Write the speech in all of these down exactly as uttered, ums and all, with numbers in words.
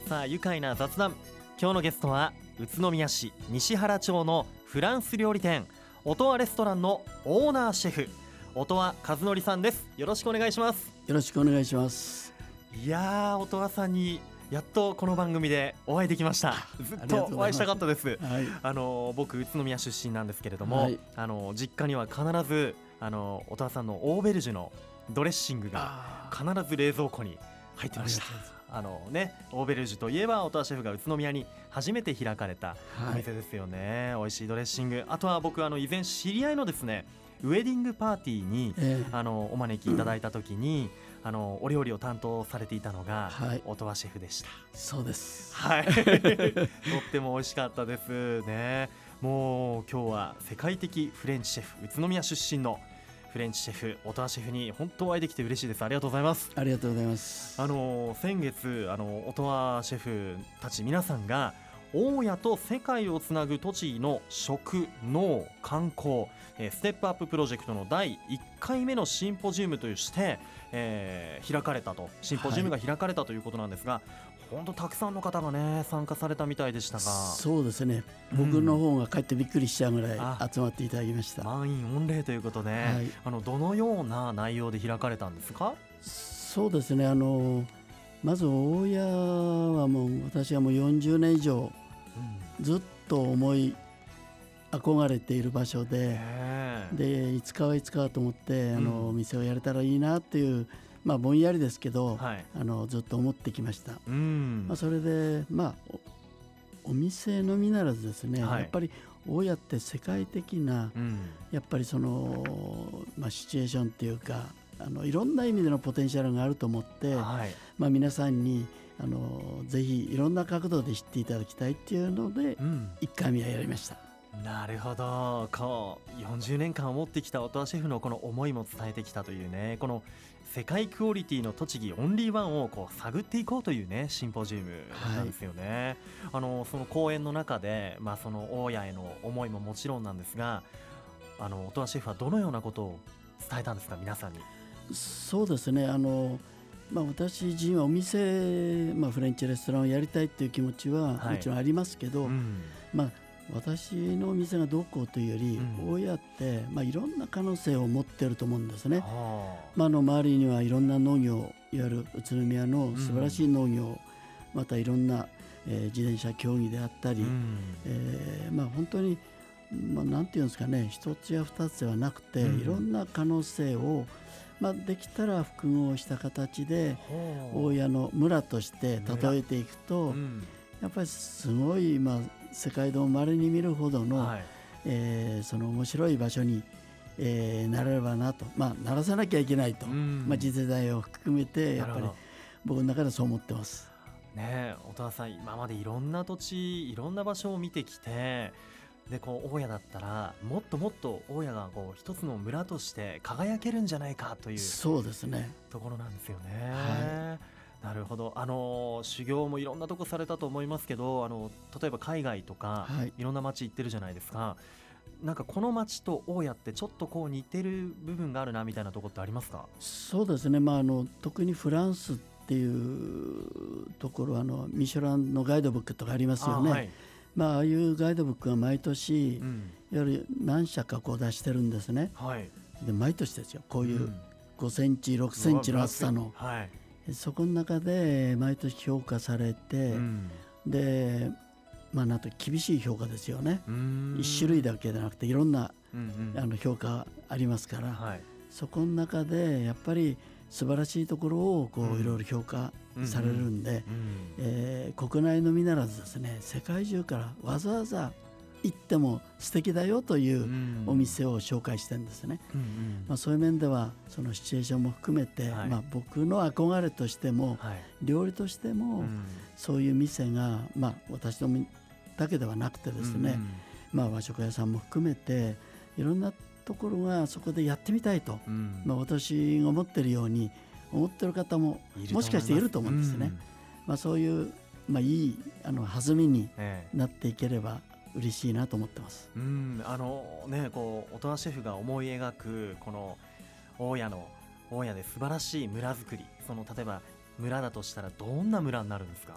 さあ愉快な雑談。今日のゲストは宇都宮市西原町のフランス料理店音羽レストランのオーナーシェフ音羽和則さんです。よろしくお願いします。 よろしくお願いします。 いやー、音羽さんにやっとこの番組でお会いできました。ずっとお会いしたかったです。 はい、あの僕宇都宮出身なんですけれども、はい、あの実家には必ずあの音羽さんのオーベルジュのドレッシングが必ず冷蔵庫に入ってました。あのね、オーベルジュといえば音羽シェフが宇都宮に初めて開かれたお店ですよね、はい、美味しいドレッシング。あとは僕あの以前知り合いのですねウェディングパーティーに、えー、あのお招きいただいた時に、うん、あのお料理を担当されていたのが、はい、音羽シェフでした。 そうです、 はい、とっても美味しかったですね。もう今日は世界的フレンチシェフ、宇都宮出身のフレンチシェフ音羽シェフに本当お会いできて嬉しいです。ありがとうございます。 ありがとうございます。 あの先月あの音羽シェフたち皆さんが大谷と世界をつなぐ栃木の食農観光ステップアッププロジェクトのだいいっかいめのシンポジウムとして、えー、開かれたとシンポジウムが開かれたということなんですが、はい、本当たくさんの方がね参加されたみたいでしたが。 そうですね、僕の方が帰ってびっくりしちゃうぐらい集まっていただきました。 満員御礼ということで、はい、あのどのような内容で開かれたんですか？ そうですね、あのまず大谷はもう私はもうよんじゅうねん以上、うん、ずっと思い憧れている場所で、でいつかはいつかと思ってあの、うん、店をやれたらいいなっていう、まあ、ぼんやりですけど、はい、あのずっと思ってきました、うんまあ、それで、まあ、お, お店のみならずですね、はい、やっぱり大谷って世界的な、うん、やっぱりその、まあ、シチュエーションっていうかあのいろんな意味でのポテンシャルがあると思って、はいまあ、皆さんにあのぜひいろんな角度で知っていただきたいっていうので、うん、いっかいめはやりました。 なるほど。こうよんじゅうねんかんを持ってきた音羽シェフのこの思いも伝えてきたというね、この世界クオリティの栃木オンリーワンをこう探っていこうというねシンポジウムなんですよね、はい、あのその講演の中で、まあ、その大谷への思いももちろんなんですが、あの音羽シェフはどのようなことを伝えたんですか、皆さんに。 そうですね、あのまあ、私自身はお店、まあ、フレンチレストランをやりたいという気持ちはもちろんありますけど、はいうんまあ、私のお店がどうこうというより、うん、大谷って、まあ、いろんな可能性を持っていると思うんですね、まあ、あの周りにはいろんな農業、いわゆる宇都宮の素晴らしい農業、うん、またいろんな、えー、自転車競技であったり、うんえーまあ、本当に、まあ、なんていうんですかね、一つや二つではなくて、うん、いろんな可能性をまあ、できたら複合した形で大谷の村として例えていくと、うん、やっぱりすごい、まあ、世界でも稀に見るほどの、はいえー、その面白い場所に、えー、なれればなと、まあ、ならさなきゃいけないと、うんまあ、次世代を含めてやっぱり僕の中でそう思ってます。 ねえ、音羽さん、今までいろんな土地いろんな場所を見てきて、でこう大谷だったらもっともっと大谷がこう一つの村として輝けるんじゃないかというそうですねところなんですよね、はい、なるほど。あの修行もいろんなとこされたと思いますけど、あの例えば海外とか、はい、いろんな街行ってるじゃないですか。なんかこの街と大谷ってちょっとこう似てる部分があるなみたいなところってありますか？ そうですね、まあ、あの特にフランスっていうところはあのミシュランのガイドブックとかありますよね。あ、はいまあ、ああいうガイドブックが毎年、うん、いわゆる何社かこう出してるんですね、はい、で毎年ですよ、こういうごセンチろくセンチの厚さの、はい、そこの中で毎年評価されて、うん、でまあなんと厳しい評価ですよね。一種類だけでなくていろんな、うんうん、あの評価ありますから、はい、そこの中でやっぱり素晴らしいところをこういろいろ評価されるんで、うんうんえー、国内のみならずですね、世界中からわざわざ行っても素敵だよというお店を紹介してるんですね、うんうんまあ、そういう面ではそのシチュエーションも含めて、はいまあ、僕の憧れとしても、はい、料理としても、うん、そういう店が、まあ、私のだけではなくてですね、うんうんまあ、和食屋さんも含めていろんなところがそこでやってみたいと、うんまあ、私が思っているように思っている方ももしかしていると思うんですね、うんまあ、そういう、まあ、いいあの弾みになっていければ嬉しいなと思ってます、 ええうんあのね、こう音羽シェフが思い描くこの大谷の大谷で素晴らしい村づくり、その例えば村だとしたらどんな村になるんですか？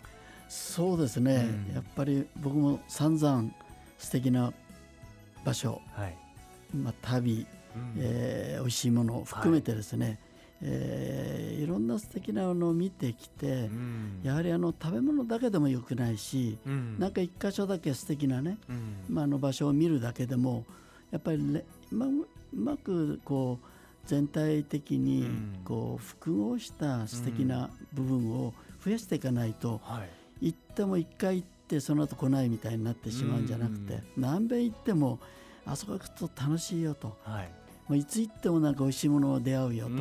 そうですね、うん、やっぱり僕も散々素敵な場所、はいまあ、旅、うんえー、美味しいものを含めてですね、はいえー、いろんな素敵なのを見てきて、うん、やはりあの食べ物だけでもよくないし、うん、なんか一箇所だけ素敵なね、うんまあ、あの場所を見るだけでもやっぱり、ねまあ、うまくこう全体的にこう複合した素敵な部分を増やしていかないと、うんはい、行っても一回行ってその後来ないみたいになってしまうんじゃなくて、うん、何遍行ってもあそこ行くと楽しいよと、はいまあ、いつ行ってもなんか美味しいものを出会うよと、うん、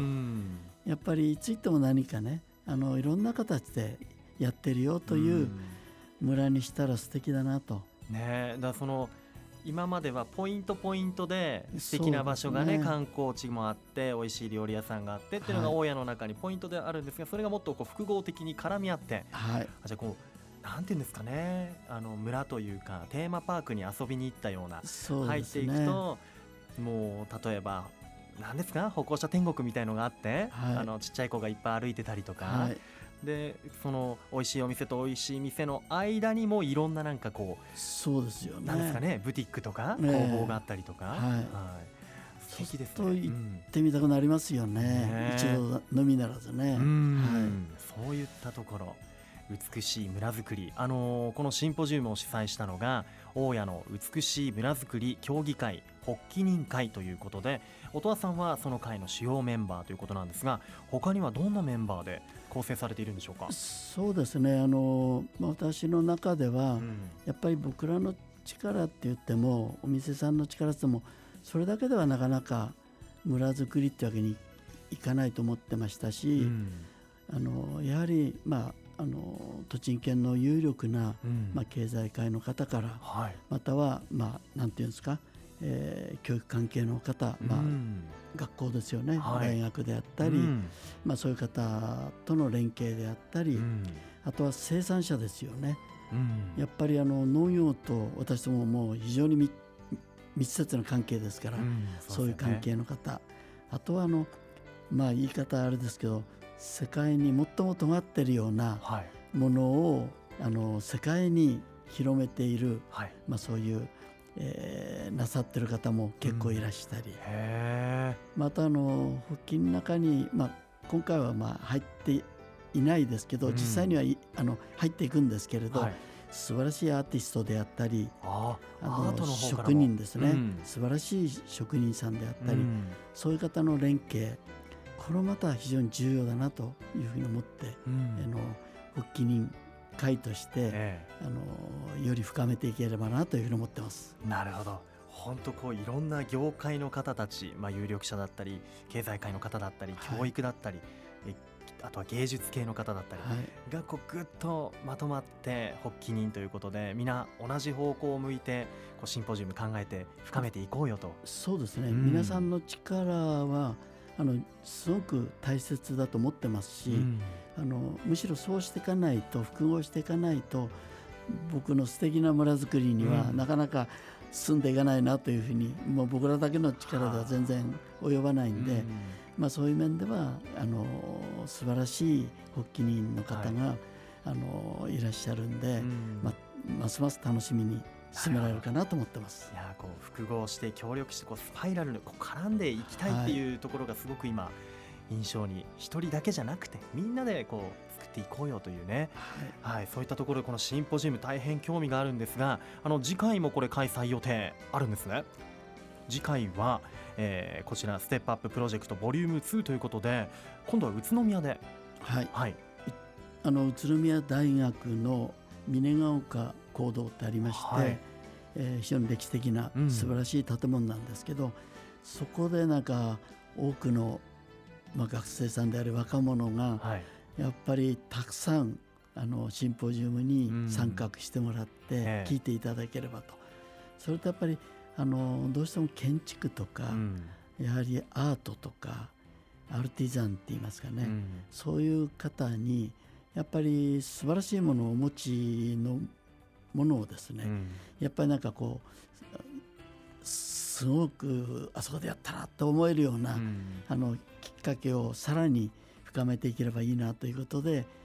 やっぱりいつ行っても何かねあのいろんな形でやってるよという村にしたら素敵だなと、 ね、だからその今まではポイントポイントで素敵な場所が ね, ね観光地もあって美味しい料理屋さんがあってっていうのが大家の中にポイントであるんですが、それがもっとこう複合的に絡み合って、はい、あじゃあこうなんていうんですかねあの村というかテーマパークに遊びに行ったようなそう入っていくともう例えば何ですか歩行者天国みたいのがあって、はい、あのちっちゃい子がいっぱい歩いてたりとか、はいでその美味しいお店と美味しい店の間にもいろんななんかこうそうですよねなんですかねブティックとか工房があったりとか、はいはい、素敵ですね。 そう行ってみたくなりますよね、ね一度のみならずね、 うんはい、そういったところ美しい村づくり、あのー、このシンポジウムを主催したのが大谷の美しい村づくり協議会発起人会ということで、音羽さんはその会の主要メンバーということなんですが、他にはどんなメンバーで構成されているんでしょうか。 そうですね、あの私の中では、うん、やっぱり僕らの力って言ってもお店さんの力って言ってもそれだけではなかなか村づくりってわけにいかないと思ってましたし、うん、あのやはりまああの栃木県の有力な、うんまあ、経済界の方から、はい、または、まあ、なんていうんですか、えー、教育関係の方、まあうん、学校ですよね、はい、大学であったり、うんまあ、そういう方との連携であったり、うん、あとは生産者ですよね、うん、やっぱりあの農業と私どももう非常に密密接な関係ですから、うん そうですよね、そういう関係の方、あとはあの、まあ、言い方あれですけど世界に最も尖っているようなものを、はい、あの世界に広めている、はいまあ、そういう、えー、なさっている方も結構いらしたり、うん、へまたあの発起の中に、まあ、今回はまあ入っていないですけど、うん、実際にはあの入っていくんですけれど、はい、素晴らしいアーティストであったりああの職人ですね、うん、素晴らしい職人さんであったり、うん、そういう方の連携これまた非常に重要だなというふうに思って、うん、あの発起人会として、ええ、あのより深めていければなというふうに思ってます。 なるほど、本当こういろんな業界の方たち、まあ、有力者だったり経済界の方だったり教育だったり、はい、あとは芸術系の方だったり、はい、がこうぐっとまとまって発起人ということで皆同じ方向を向いてこうシンポジウム考えて深めていこうよと。 そうですね、うん、皆さんの力はあのすごく大切だと思ってますし、うん、あのむしろそうしていかないと複合していかないと僕の素敵な村づくりにはなかなか進んでいかないなというふうに、うん、もう僕らだけの力では全然及ばないんで、うんまあ、そういう面ではあの素晴らしい発起人の方が、はい、あのいらっしゃるんで、うんまあ、ますます楽しみに進められるかなと思ってます。 いやこう複合して協力してこうスパイラルにこう絡んでいきたいっていうところがすごく今印象に一人だけじゃなくてみんなでこう作っていこうよというね、はいはい、そういったところでこのシンポジウム大変興味があるんですが、あの次回もこれ開催予定あるんですね。次回は、えー、こちらステップアッププロジェクトボリュームツーということで今度は宇都宮で、 はいはい、あの宇都宮大学の峰ヶ丘講堂ってありまして、はいえー、非常に歴史的な素晴らしい建物なんですけど、うん、そこでなんか多くの、まあ、学生さんである若者がやっぱりたくさんあのシンポジウムに参画してもらって聞いていただければと、うん、それとやっぱりあのどうしても建築とか、うん、やはりアートとかアルティザンって言いますかね、うん、そういう方にやっぱり素晴らしいものをお持ちのものをですね、うん、やっぱりなんかこうすごくあそこでやったなと思えるような、うん、あのきっかけをさらに深めていければいいなということで、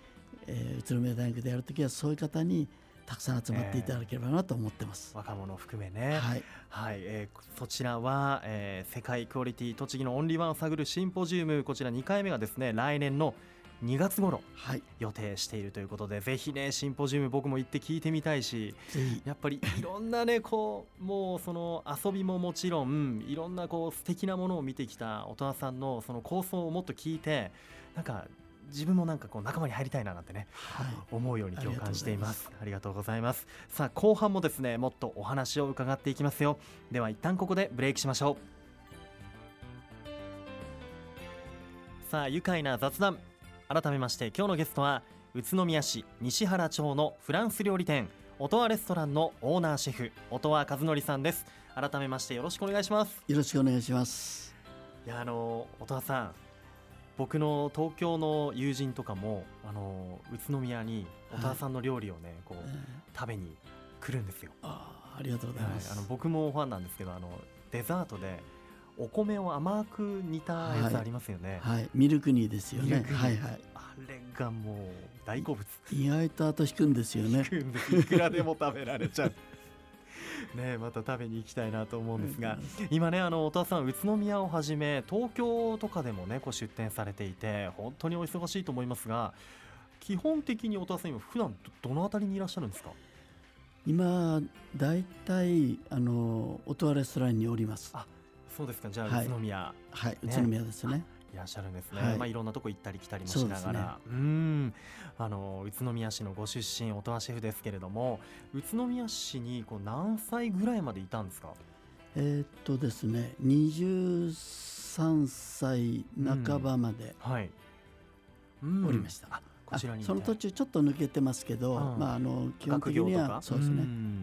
えー、宇都宮大学でやるときはそういう方にたくさん集まっていただければなと思ってます、 えー、若者を含めね、 はいはい、えー、そちらは、えー、世界クオリティ栃木のオンリーワンを探るシンポジウム、こちらにかいめがですね来年のにがつ頃予定しているということで、はい、ぜひねシンポジウム僕も行って聞いてみたいし、やっぱりいろんなねこうもうその遊びももちろんいろんなこう素敵なものを見てきた音羽さんのその構想をもっと聞いて、なんか自分もなんかこう仲間に入りたいななんてね、はい、思うように今日感じています。ありがとうございます。さあ後半もですねもっとお話を伺っていきますよ。では一旦ここでブレイクしましょう。さあ愉快な雑談、改めまして今日のゲストは宇都宮市西原町のフランス料理店音羽レストランのオーナーシェフ音羽和則さんです。改めましてよろしくお願いします。 よろしくお願いします。 いやあの音羽さん、僕の東京の友人とかもあの宇都宮に音羽さんの料理をね、はい、こう、えー、食べに来るんですよ。 あ, ありがとうございます、 はい、あの僕もファンなんですけど、あのデザートでお米を甘く煮たやつありますよね、 はいはい、ミルク煮ですよね、はいはい、 あれがもう大好物。 意外と後引くんですよね。 引くんです。いくらでも食べられちゃうね、また食べに行きたいなと思うんですが、今ねあの音羽さん宇都宮をはじめ東京とかでもねこう出店されていて本当にお忙しいと思いますが、基本的に音羽さん今普段 ど, どのあたりにいらっしゃるんですか？ 今だいたいあの音羽レストランにおります。 あ、そうですか。じゃあ宇都宮、 はい、はい、宇都宮ですね。 いらっしゃるんですね、 はい、 まあ、いろんなとこ行ったり来たりもしながら、う、ね、うんあの宇都宮市のご出身音羽シェフですけれども、宇都宮市にこう何歳ぐらいまでいたんですか？ えー、っとですねにじゅうさんさいなかばまで、うん、はい、おりました、うん、あこちらにその途中ちょっと抜けてますけど、うん、まあ、あの基本的にはそうですね、うん、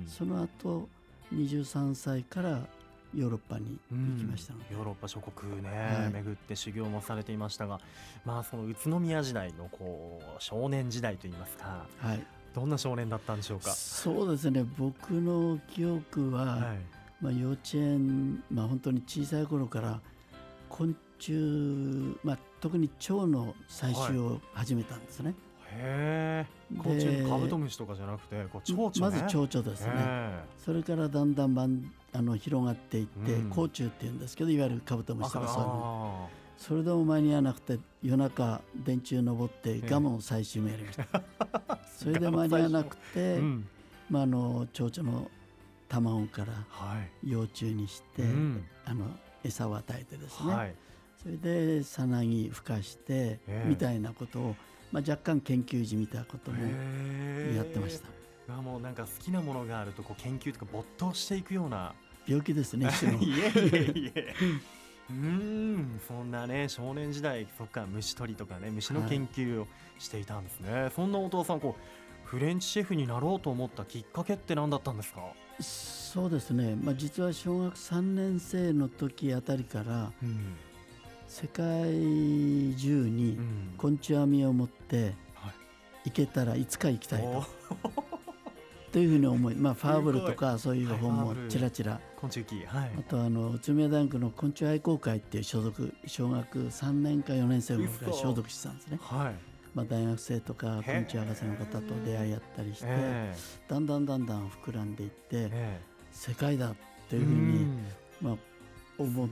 その後にじゅうさんさいからヨーロッパに行きましたので、 うん、ヨーロッパ諸国ね、はい、巡って修行もされていましたが、まあ、その宇都宮時代のこう少年時代といいますか、はい、どんな少年だったんでしょうか？ そうですね、僕の記憶は、はい、まあ、幼稚園、まあ、本当に小さい頃から昆虫、まあ、特に蝶の採集を始めたんですね、はい、 へー、昆虫のカブトムシとかじゃなくてこう蝶々ね、 まず蝶々ですね。それからだんだんばんあの広がっていって、うん、甲虫っていうんですけど、いわゆるカブトムシとかそういうの、それでも間に合わなくて夜中電柱登ってガムの採集もやりました、えー、それで間に合わなくて、うん、まあ、あの蝶々の卵から幼虫にして、はい、うん、あの餌を与えてですね、はい、それでさなぎ孵化して、えー、みたいなことを、まあ、若干研究時みたいなこともやってました、 えー、もうなんか好きなものがあるとこう研究とか没頭していくような病気ですね。 いえいえいえうーん、そんなね少年時代、そっか虫取りとかね虫の研究をしていたんですね、はい、そんなお父さんこうフレンチシェフになろうと思ったきっかけって何だったんですか？ そうですね、まあ、実は小学さんねん生の時あたりから、うん、世界中に昆虫網を持って行けたらいつか行きたいと、というふうに思い、まあ、ファーブルとかそういう本もちらちら、 昆虫記、はい、 あとあの宇都宮大学の昆虫愛好会っていう所属、小学さんねんかよねん生の頃から所属してたんですね、はい、まあ、大学生とか昆虫博士の方と出会い合ったりして、だんだんだんだん膨らんでいって、世界だというふうに、まあ、思って、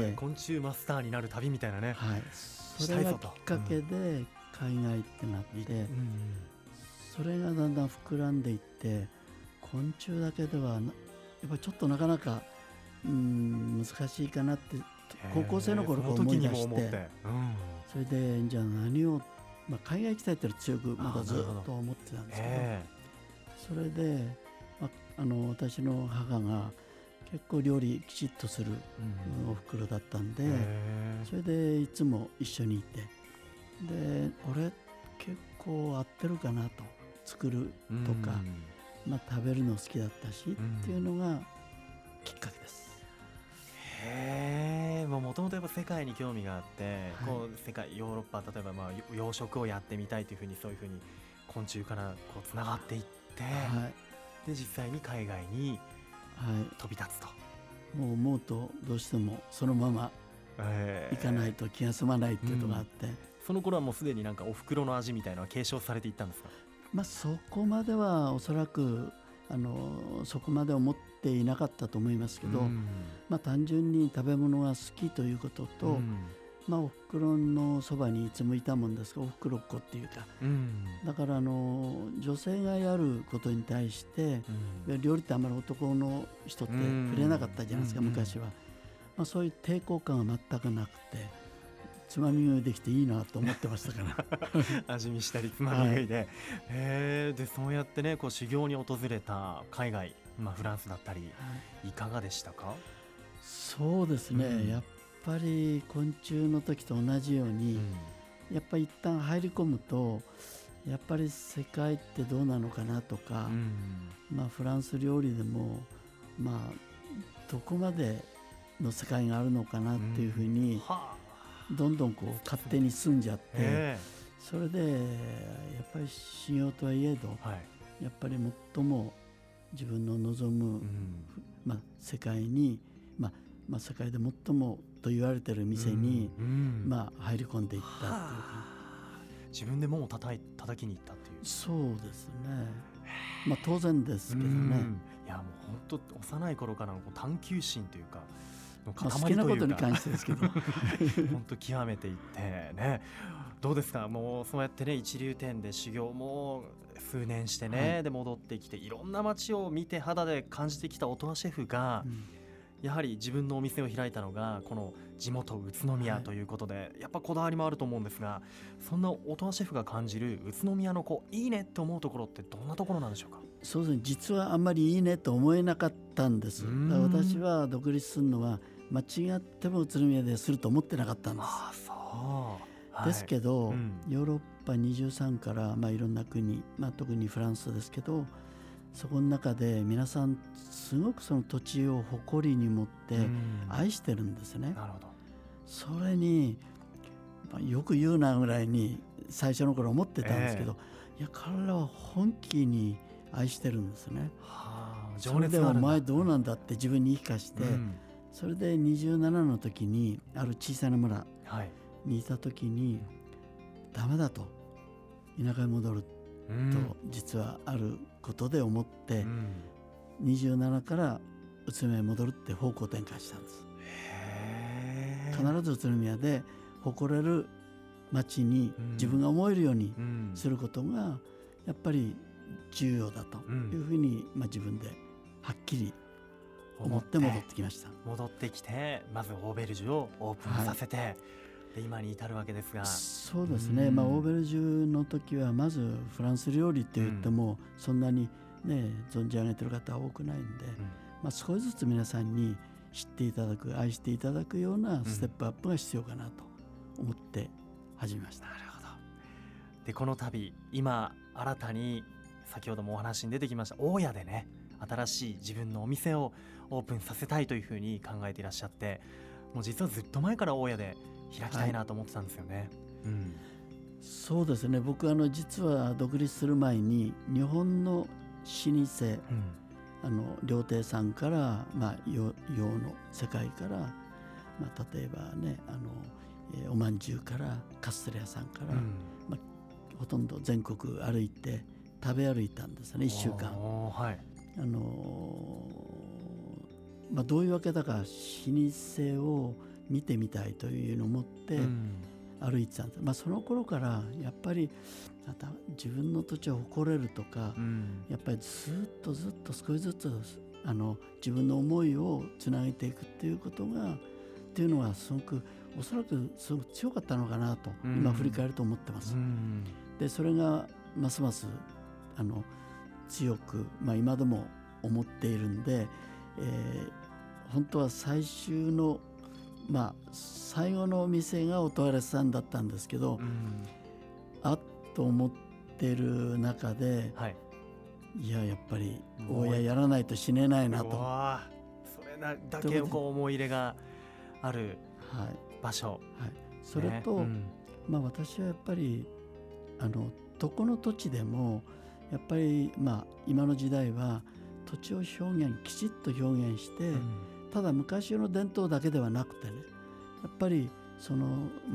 昆虫マスターになる旅みたいなね、 はい、それがきっかけで海外ってなって、うん、それがだんだん膨らんでいって、昆虫だけではやっぱりちょっとなかなかうーん難しいかなって高校生の頃から思い出して、うん、それでじゃあ何を、まあ、海外行きたいって強くまだずっと思ってたんですけど、それで、まあ、あの私の母が結構料理きちっとするお袋だったんで、それでいつも一緒にいて、で俺結構合ってるかなと、作るとか、まあ、食べるの好きだったしっていうのがきっかけです。 へえ、もともとやっぱ世界に興味があって、はい、こう世界ヨーロッパ、例えばまあ養殖をやってみたいというふうに、そういうふうに昆虫からこうつながっていって、はい、で実際に海外に飛び立つと、はい、 もう思うとどうしてもそのまま行かないと気が済まないっていうのがあって、うん、 その頃はもうすでになんかお袋の味みたいなのは継承されていったんですか？ まあ、そこまではおそらくあのそこまで思っていなかったと思いますけど、まあ、単純に食べ物が好きということと、まあ、お袋のそばにいつもいたもんですが、お袋っ子っていうか、だからあの女性がやることに対して、料理ってあんまり男の人って触れなかったじゃないですか、昔は。まあ、そういう抵抗感は全くなくて、つまみ食いできていいなと思ってましたから味見したりつまみ食いで、はい、へでそうやってねこう修行に訪れた海外、まあ、フランスだったり、はい、いかがでしたか？ そうですね、うん、やっぱり昆虫の時と同じように、うん、やっぱり一旦入り込むとやっぱり世界ってどうなのかなとか、うん、まあ、フランス料理でも、まあ、どこまでの世界があるのかなっていうふうに、うんはあどんどんこう勝手に進んじゃって、それでやっぱり修行とはいえど、はい、やっぱり最も自分の望む、うんまあ、世界に、まあまあ、世界で最もと言われている店に、うんうんまあ、入り込んでいったっていうか、 自分で門を叩い叩きに行ったっていう。 そうですね、まあ、当然ですけどね、うん、 いやもう本当幼い頃からの探求心というかまあ、好きなことに関してですけど本当極めていってね。どうですか、もうそうやってね一流店で修行も数年してね、はい、で戻ってきていろんな街を見て肌で感じてきた音羽シェフが、うん、やはり自分のお店を開いたのがこの地元宇都宮ということで、はい、やっぱこだわりもあると思うんですが、そんな音羽シェフが感じる宇都宮のこういいねって思うところってどんなところなんでしょうか？ そうですね、実はあんまりいいねと思えなかったんです。だから私は独立するのは間違っても宇都宮ですると思ってなかったんです。 あそう、はい、 ですけど、うん、ヨーロッパにじゅうさんから、まあ、いろんな国、まあ、特にフランスですけど、そこの中で皆さんすごくその土地を誇りに持って愛してるんですね。 なるほど。 それに、まあ、よく言うなぐらいに最初の頃思ってたんですけど、えー、いや彼らは本気に愛してるんですね。はあ、それでお前どうなんだって自分に言い聞かして、うんそれでにじゅうななの時にある小さな村にいた時に、ダメだと田舎に戻ると実はあることで思って、にじゅうななから宇都宮に戻るって方向転換したんです。へ必ず宇都宮で誇れる町に自分が思えるようにすることがやっぱり重要だというふうに、まあ、自分ではっきり思って戻ってきました。 戻ってきてまずオーベルジュをオープンさせて、はい、で今に至るわけですが、 そうですね、まあ、オーベルジュの時はまずフランス料理って言ってもそんなに、ね、存じ上げてる方は多くないんで、うんまあ、少しずつ皆さんに知っていただく愛していただくようなステップアップが必要かなと思って始めました。 なるほど。でこの度今新たに先ほどもお話に出てきました大家でね新しい自分のお店をオープンさせたいというふうに考えていらっしゃって、もう実はずっと前から大家で開きたいなと思ってたんですよね。はいうん、 そうですね、僕あの実は独立する前に日本の老舗、うん、あの料亭さんから、まあ、洋の世界から、まあ、例えばねあの、えー、おまんじゅうからカステラ屋さんから、うんまあ、ほとんど全国歩いて食べ歩いたんですねいっしゅうかん。はいあのまあ、どういうわけだか老舗を見てみたいというのを持って歩いてたんです、うんまあ、その頃からやっぱりまた自分の土地を誇れるとか、うん、やっぱりずっとずっと少しずつあの自分の思いをつなげていくっていうことがっていうのはすごくおそらくすごく強かったのかなと、うん、今振り返ると思ってます、うん、でそれがますますあの強く、まあ、今でも思っているんで、えー、本当は最終の、まあ、最後のお店が音羽さんだったんですけど、うん、あっと思っている中で、はい、いややっぱり大家やらないと死ねないなと。 それだけこう思い入れがある場所、はいはい、それと、ねうんまあ、私はやっぱりあのどこの土地でもやっぱり、まあ、今の時代は土地を表現きちっと表現して、うん、ただ昔の伝統だけではなくてねやっぱりその、まあ、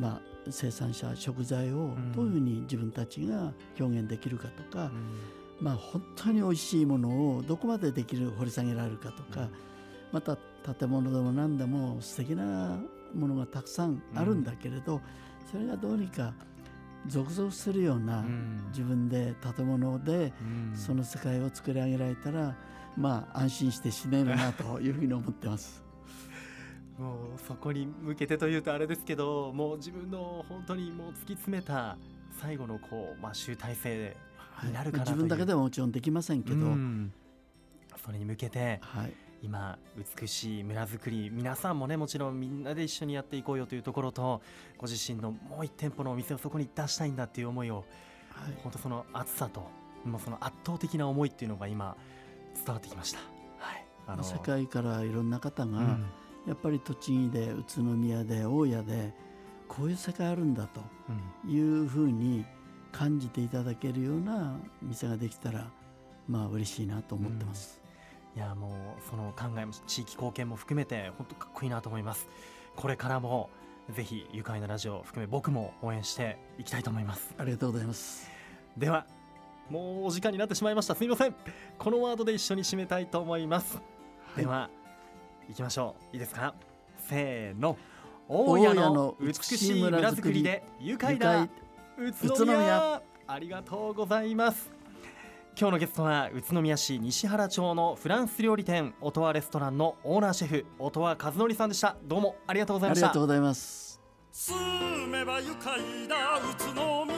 生産者食材をどういうふうに自分たちが表現できるかとか、うん、まあ本当に美味しいものをどこまでできる掘り下げられるかとか、うん、また建物でも何でも素敵なものがたくさんあるんだけれど、うん、それがどうにか続々するような、うん、自分で建物でその世界を作り上げられたら、まあ安心して死ねるなというふうに思ってますもうそこに向けてというとあれですけど、もう自分の本当にもう突き詰めた最後のこう、まあ、集大成になるかなという、はい、 自分だけではもちろんできませんけど、うん、 それに向けて、はい、今美しい村づくり、皆さんもねもちろんみんなで一緒にやっていこうよというところと、ご自身のもう一店舗のお店をそこに出したいんだっていう思いを、はい、本当その熱さともうその圧倒的な思いっていうのが今伝わってきました、はい、あの世界からいろんな方が、うん、やっぱり栃木で宇都宮で大谷でこういう世界あるんだというふうに感じていただけるような店ができたらまあ嬉しいなと思ってます、 うん、いやもうその考えも地域貢献も含めて本当かっこいいなと思います。これからもぜひ愉快なラジオを含め僕も応援していきたいと思います。 ありがとうございます。 ではもうお時間になってしまいました。すみません。このワードで一緒に締めたいと思います、はい、では行きましょう。いいですか。せーの。大谷の美しい村づくりで愉快な宇都宮。ありがとうございます。今日のゲストは宇都宮市西原町のフランス料理店音羽レストランのオーナーシェフ音羽和則さんでした。どうもありがとうございました。 ありがとうございます。 住めば愉快な宇都宮。